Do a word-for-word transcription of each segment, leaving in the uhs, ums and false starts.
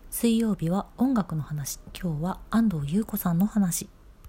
水曜日は音楽の話。今日は安藤優子さんの話。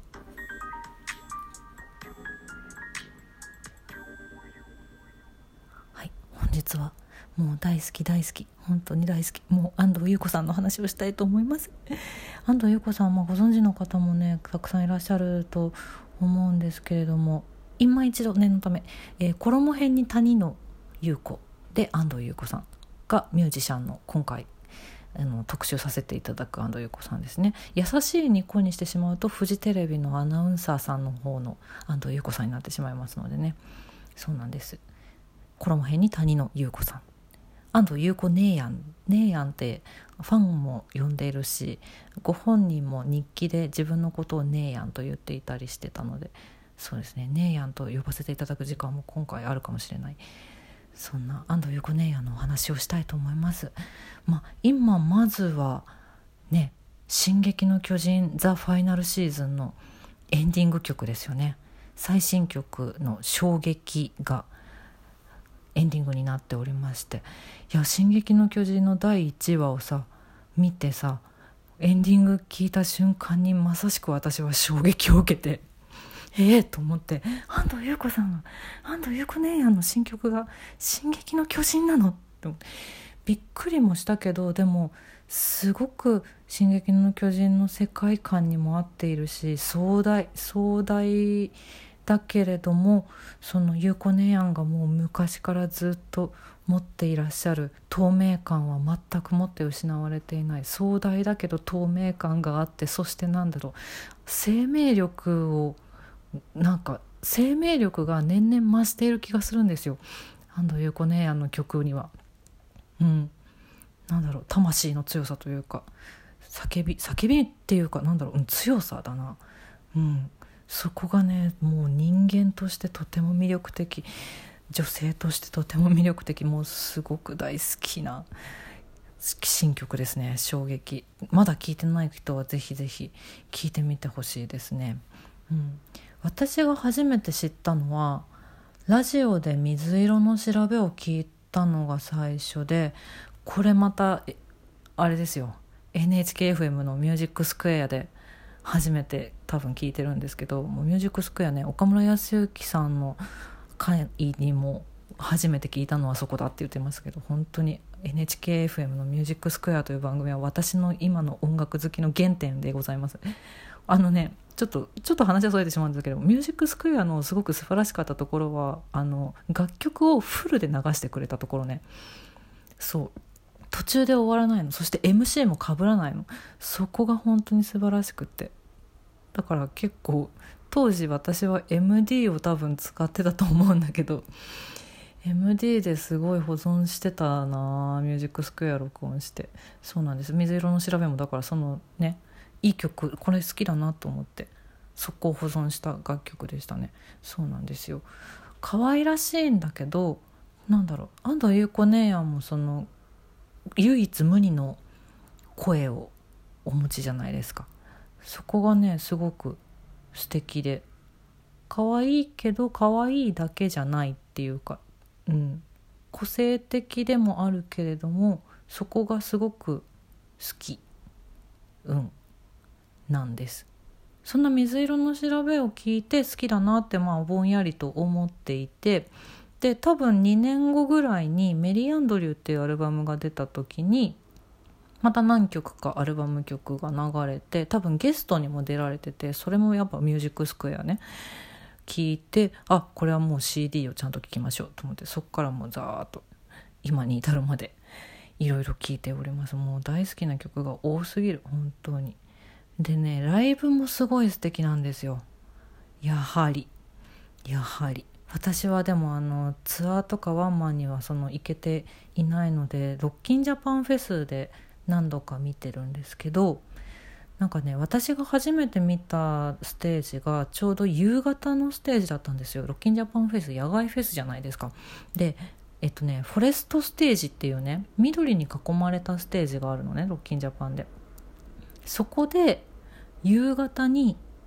はい、本日はもう大好き大好き本当に大好きもう安藤優子さんの話をしたいと思います。安藤優子さんはご存知の方もねたくさんいらっしゃると思うんですけれども、今一度念のため、えー、衣辺に谷の優子で安藤優子さんがミュージシャンの今回あの特集させていただく安藤優子さんですね。優しいに声にしてしまうとフジテレビのアナウンサーさんの方の安藤優子さんになってしまいますのでね。そうなんです。衣辺に谷の優子さん、安藤優子姉やん姉やんってファンも呼んでいるし、ご本人も日記で自分のことを姉やんと言っていたりしてたので、そうですね、姉やんと呼ばせていただく時間も今回あるかもしれない。そんな安藤優子姉やんのお話をしたいと思います。まあ、今まずはね、進撃の巨人ザ・ファイナルシーズンのエンディング曲ですよね。最新曲の衝撃がエンディングになっておりまして、いや進撃の巨人のだいいちわをさ見てさ、エンディング聞いた瞬間にまさしく私は衝撃を受けて、ええー、と思って、安藤優子さんが安藤優子姉やんの新曲が進撃の巨人なのってびっくりもしたけど、でもすごく進撃の巨人の世界観にも合っているし、壮大壮大だけれども、その優子姉やんがもう昔からずっと持っていらっしゃる透明感は全くもって失われていない、壮大だけど透明感があって、そしてなんだろう、生命力をなんか生命力が年々増している気がするんですよ、安藤優子姉やんの曲には。うん、なんだろう、魂の強さというか、叫び叫びっていうか、なんだろう、うん、強さだな。うん、そこがね、もう人間としてとても魅力的、女性としてとても魅力的、もうすごく大好きな新曲ですね。衝撃。まだ聞いてない人はぜひぜひ聞いてみてほしいですね。うん、私が初めて知ったのはラジオで水色の調べを聞いたのが最初で、これまたあれですよ、 エヌエイチケーエフエム のミュージックスクエアで初めて多分聞いてるんですけど、もうミュージックスクエアね、岡村康之さんの回にも初めて聞いたのはそこだって言ってますけど、本当に エヌエイチケーエフエム のミュージックスクエアという番組は私の今の音楽好きの原点でございます。あのね、ちょっとちょっと話はそれてしまうんですけど、ミュージックスクエアのすごく素晴らしかったところは、あの楽曲をフルで流してくれたところね。そう途中で終わらないの、そして エムシー も被らないの、そこが本当に素晴らしくて、だから結構当時私は エムディー を多分使ってたと思うんだけど、 エムディー ですごい保存してたな、ミュージックスクエア録音して。そうなんです。水色の調べもだからそのね、いい曲、これ好きだなと思ってそこを保存した楽曲でしたね。そうなんですよ。可愛らしいんだけど、なんだろう、安藤優子姉やんもその唯一無二の声をお持ちじゃないですか。そこがねすごく素敵で、可愛いけど可愛いだけじゃないっていうか、うん、個性的でもあるけれども、そこがすごく好き、うんなんです。そんな水色の調べを聞いて好きだなって、まあぼんやりと思っていて、で多分にねんごぐらいにメリー・アンドリューっていうアルバムが出た時にまた何曲かアルバム曲が流れて、多分ゲストにも出られてて、それもやっぱミュージックスクエアね聞いて、あ、これはもう シーディー をちゃんと聴きましょうと思って、そこからもうザーッと今に至るまでいろいろ聴いております。もう大好きな曲が多すぎる、本当に。でね、ライブもすごい素敵なんですよ。やはりやはり私はでもあのツアーとかワンマンにはその行けていないので、ロッキンジャパンフェスで何度か見てるんですけど、なんかね、私が初めて見たステージがちょうど夕方のステージだったんですよ。ロッキンジャパンフェス野外フェスじゃないですか。でえっとねフォレストステージっていうね、緑に囲まれたステージがあるのね、ロッキンジャパンで。そこで夕方に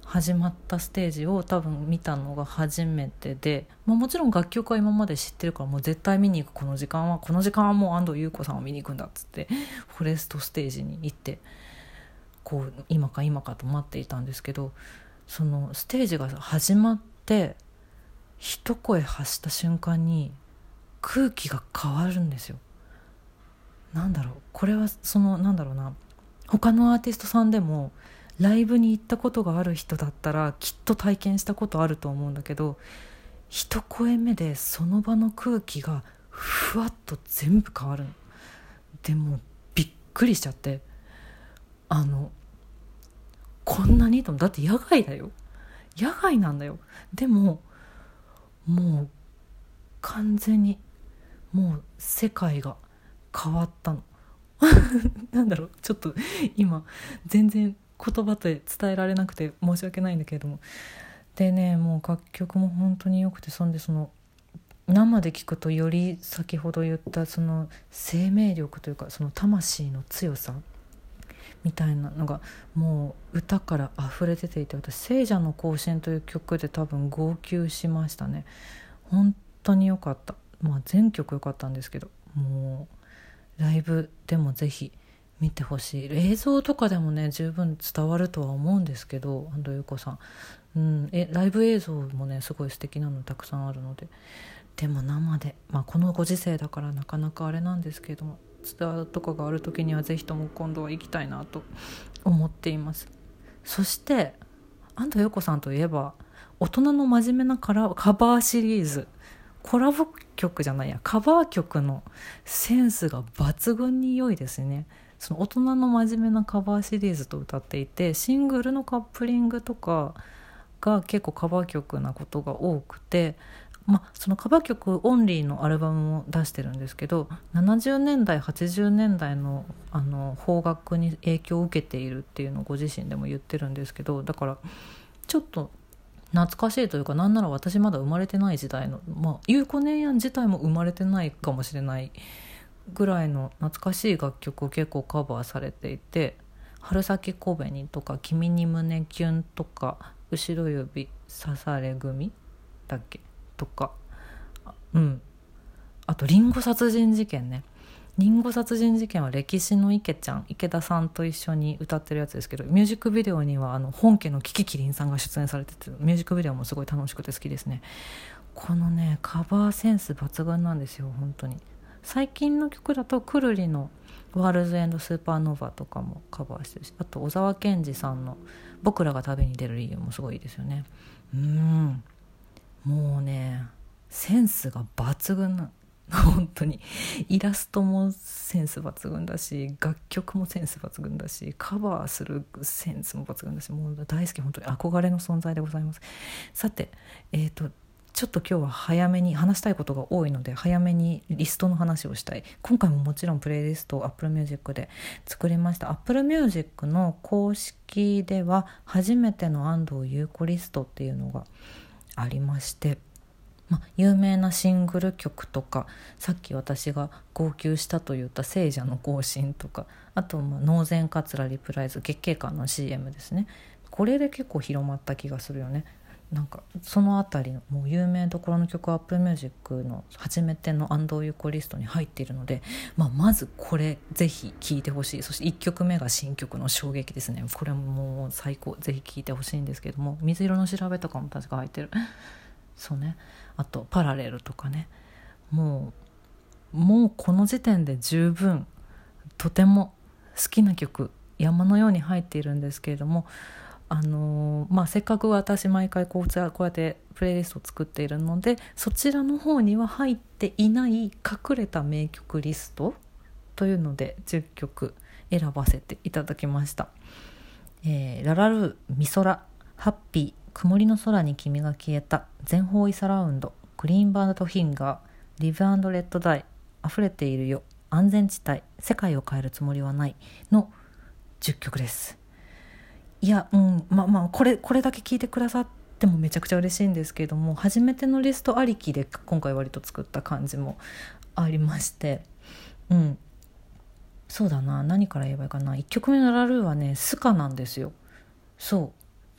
始まったステージを多分見たのが初めてで、まあ、もちろん楽曲は今まで知ってるからもう絶対見に行く、この時間はこの時間はもう安藤優子さんを見に行くんだっつってフォレストステージに行ってこう今か今かと待っていたんですけど、そのステージが始まって一声発した瞬間に空気が変わるんですよ。なんだろう、これはそのなんだろうな、他のアーティストさんでもライブに行ったことがある人だったらきっと体験したことあると思うんだけど、一声目でその場の空気がふわっと全部変わるので、もうびっくりしちゃって、あのこんなにと、だって野外だよ、野外なんだよ。でももう完全にもう世界が変わったのなんだろう、ちょっと今全然言葉で伝えられなくて申し訳ないんだけれども、でね、もう楽曲も本当に良くて、そんでその生で聴くとより先ほど言ったその生命力というか、その魂の強さみたいなのがもう歌から溢れ出ていて、私聖者の行進という曲で多分号泣しましたね。本当に良かった。まあ全曲良かったんですけど、もうライブでもぜひ見てほしい。映像とかでもね十分伝わるとは思うんですけど、安藤優子さん、うん、えライブ映像もねすごい素敵なのたくさんあるので、でも生で、まあ、このご時世だからなかなかあれなんですけども、ツアーとかがある時にはぜひとも今度は行きたいなと思っています。そして安藤優子さんといえば大人の真面目なカラカバーシリーズ、コラボ曲じゃないやカバー曲のセンスが抜群に良いですね。その大人の真面目なカバーシリーズと歌っていて、シングルのカップリングとかが結構カバー曲なことが多くて、まあ、そのカバー曲オンリーのアルバムも出してるんですけど、ななじゅうねんだいはちじゅうねんだい の, あの邦楽に影響を受けているっていうのをご自身でも言ってるんですけど、だからちょっと懐かしいというか、なんなら私まだ生まれてない時代の、まあ、ゆうこねんやん自体も生まれてないかもしれないぐらいの懐かしい楽曲を結構カバーされていて、春先小紅とか君に胸キュンとか後ろ指刺され組だっけとか、うん、あとリンゴ殺人事件ね。リンゴ殺人事件は歴史の池ちゃん、池田さんと一緒に歌ってるやつですけど、ミュージックビデオにはあの本家のキキキリンさんが出演されてて、ミュージックビデオもすごい楽しくて好きですね。このねカバーセンス抜群なんですよ本当に。最近の曲だとくるりのワールズエンドスーパーノーバとかもカバーしてるし、あと小沢健二さんの僕らが旅に出る理由もすごいいいですよね。うーんもうねセンスが抜群な本当に。イラストもセンス抜群だし、楽曲もセンス抜群だし、カバーするセンスも抜群だし、もう大好き、本当に憧れの存在でございます。さて、えーとちょっと今日は早めに話したいことが多いので早めにリストの話をしたい。今回ももちろんプレイリストを Apple Music で作りました。 Apple Music の公式では初めての安藤優子リストっていうのがありまして、まあ、有名なシングル曲とか、さっき私が号泣したと言った聖者の行進とか、あとまあノーゼンカツラリプライズ月経館の シーエム ですね。これで結構広まった気がするよね。なんかそのあたりのもう有名どころの曲は Apple Music の初めての安藤優子リストに入っているので、まあ、まずこれぜひ聴いてほしい。そしていっきょくめが新曲の衝撃ですね。これももう最高、ぜひ聴いてほしいんですけども、水色の調べとかも確か入ってるそうね。あとパラレルとかね、もうもうこの時点で十分とても好きな曲山のように入っているんですけれども、あのーまあ、せっかく私毎回こう、こうやってプレイリストを作っているので、そちらの方には入っていない隠れた名曲リストというのでじゅっきょく選ばせていただきました。えー、ララルー、ミソラ、ハッピー、曇りの空に君が消えた、全方位サラウンド、グリーンバードフィンガー、リブ&レッドダイ、溢れているよ、安全地帯、世界を変えるつもりはないのじゅっきょくです。いや、うん、まあまあこれこれだけ聞いてくださってもめちゃくちゃ嬉しいんですけれども、初めてのリストありきで今回割と作った感じもありまして、うん、そうだな、何から言えばいいかな。いっきょくめのラルーはねスカなんですよ。そ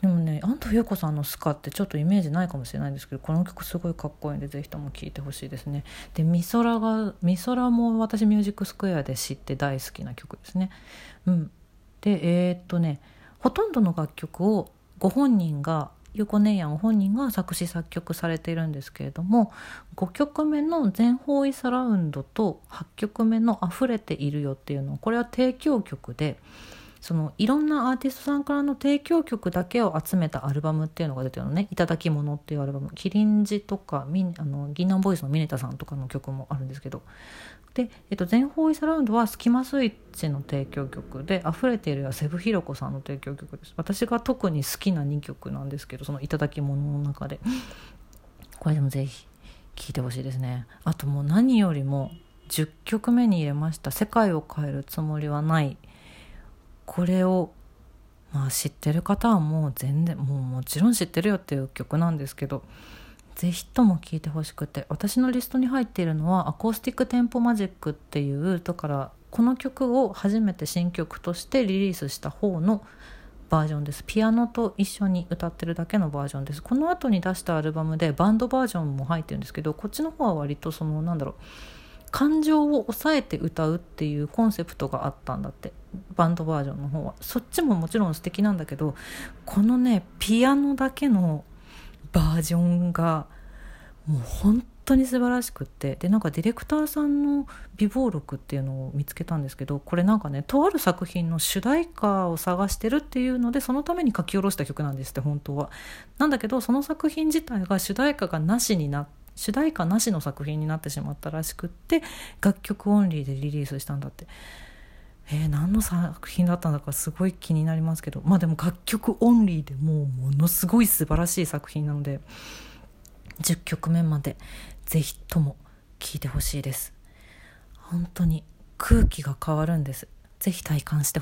でもね、安藤優子さんのスカってちょっとイメージないかもしれないんですけど、この曲すごいかっこいいんでぜひとも聴いてほしいですね。で美空が美空も私ミュージックスクエアで知って大好きな曲ですね。うんでえー、っとねほとんどの楽曲をご本人が優子姉やん本人が作詞作曲されているんですけれども、ごきょくめの全方位サラウンドとはちきょくめの溢れているよっていうのは、これは提供曲で、そのいろんなアーティストさんからの提供曲だけを集めたアルバムっていうのが出てるのね。いただきものっていうアルバム、キリンジとかみあの銀杏ボーイスのミネタさんとかの曲もあるんですけど、で、えっと、全方位サラウンドはスキマスイッチの提供曲で、溢れているはセブヒロコさんの提供曲です。私が特に好きなにきょくなんですけど、そのいただきものの中でこれでもぜひ聴いてほしいですね。あともう何よりもじゅっきょくめに入れました世界を変えるつもりはない。これをまあ知ってる方はもう全然もうもちろん知ってるよっていう曲なんですけど、ぜひとも聴いてほしくて、私のリストに入っているのはアコースティックテンポマジックっていう、だからこの曲を初めて新曲としてリリースした方のバージョンです。ピアノと一緒に歌ってるだけのバージョンです。この後に出したアルバムでバンドバージョンも入ってるんですけど、こっちの方は割とそのなんだろう感情を抑えて歌うっていうコンセプトがあったんだって、バンドバージョンの方は。そっちももちろん素敵なんだけど、このねピアノだけのバージョンがもう本当に素晴らしくって、でなんかディレクターさんの備忘録っていうのを見つけたんですけど、これなんかねとある作品の主題歌を探してるっていうので、そのために書き下ろした曲なんですって本当は。なんだけどその作品自体が主題歌がなしにな主題歌なしの作品になってしまったらしくって、楽曲オンリーでリリースしたんだって。えー、何の作品だったんだかすごい気になりますけど、まあでも楽曲オンリーでもうものすごい素晴らしい作品なので、じゅっきょくめまでぜひとも聴いてほしいです。本当に空気が変わるんです。ぜひ体感してほしい。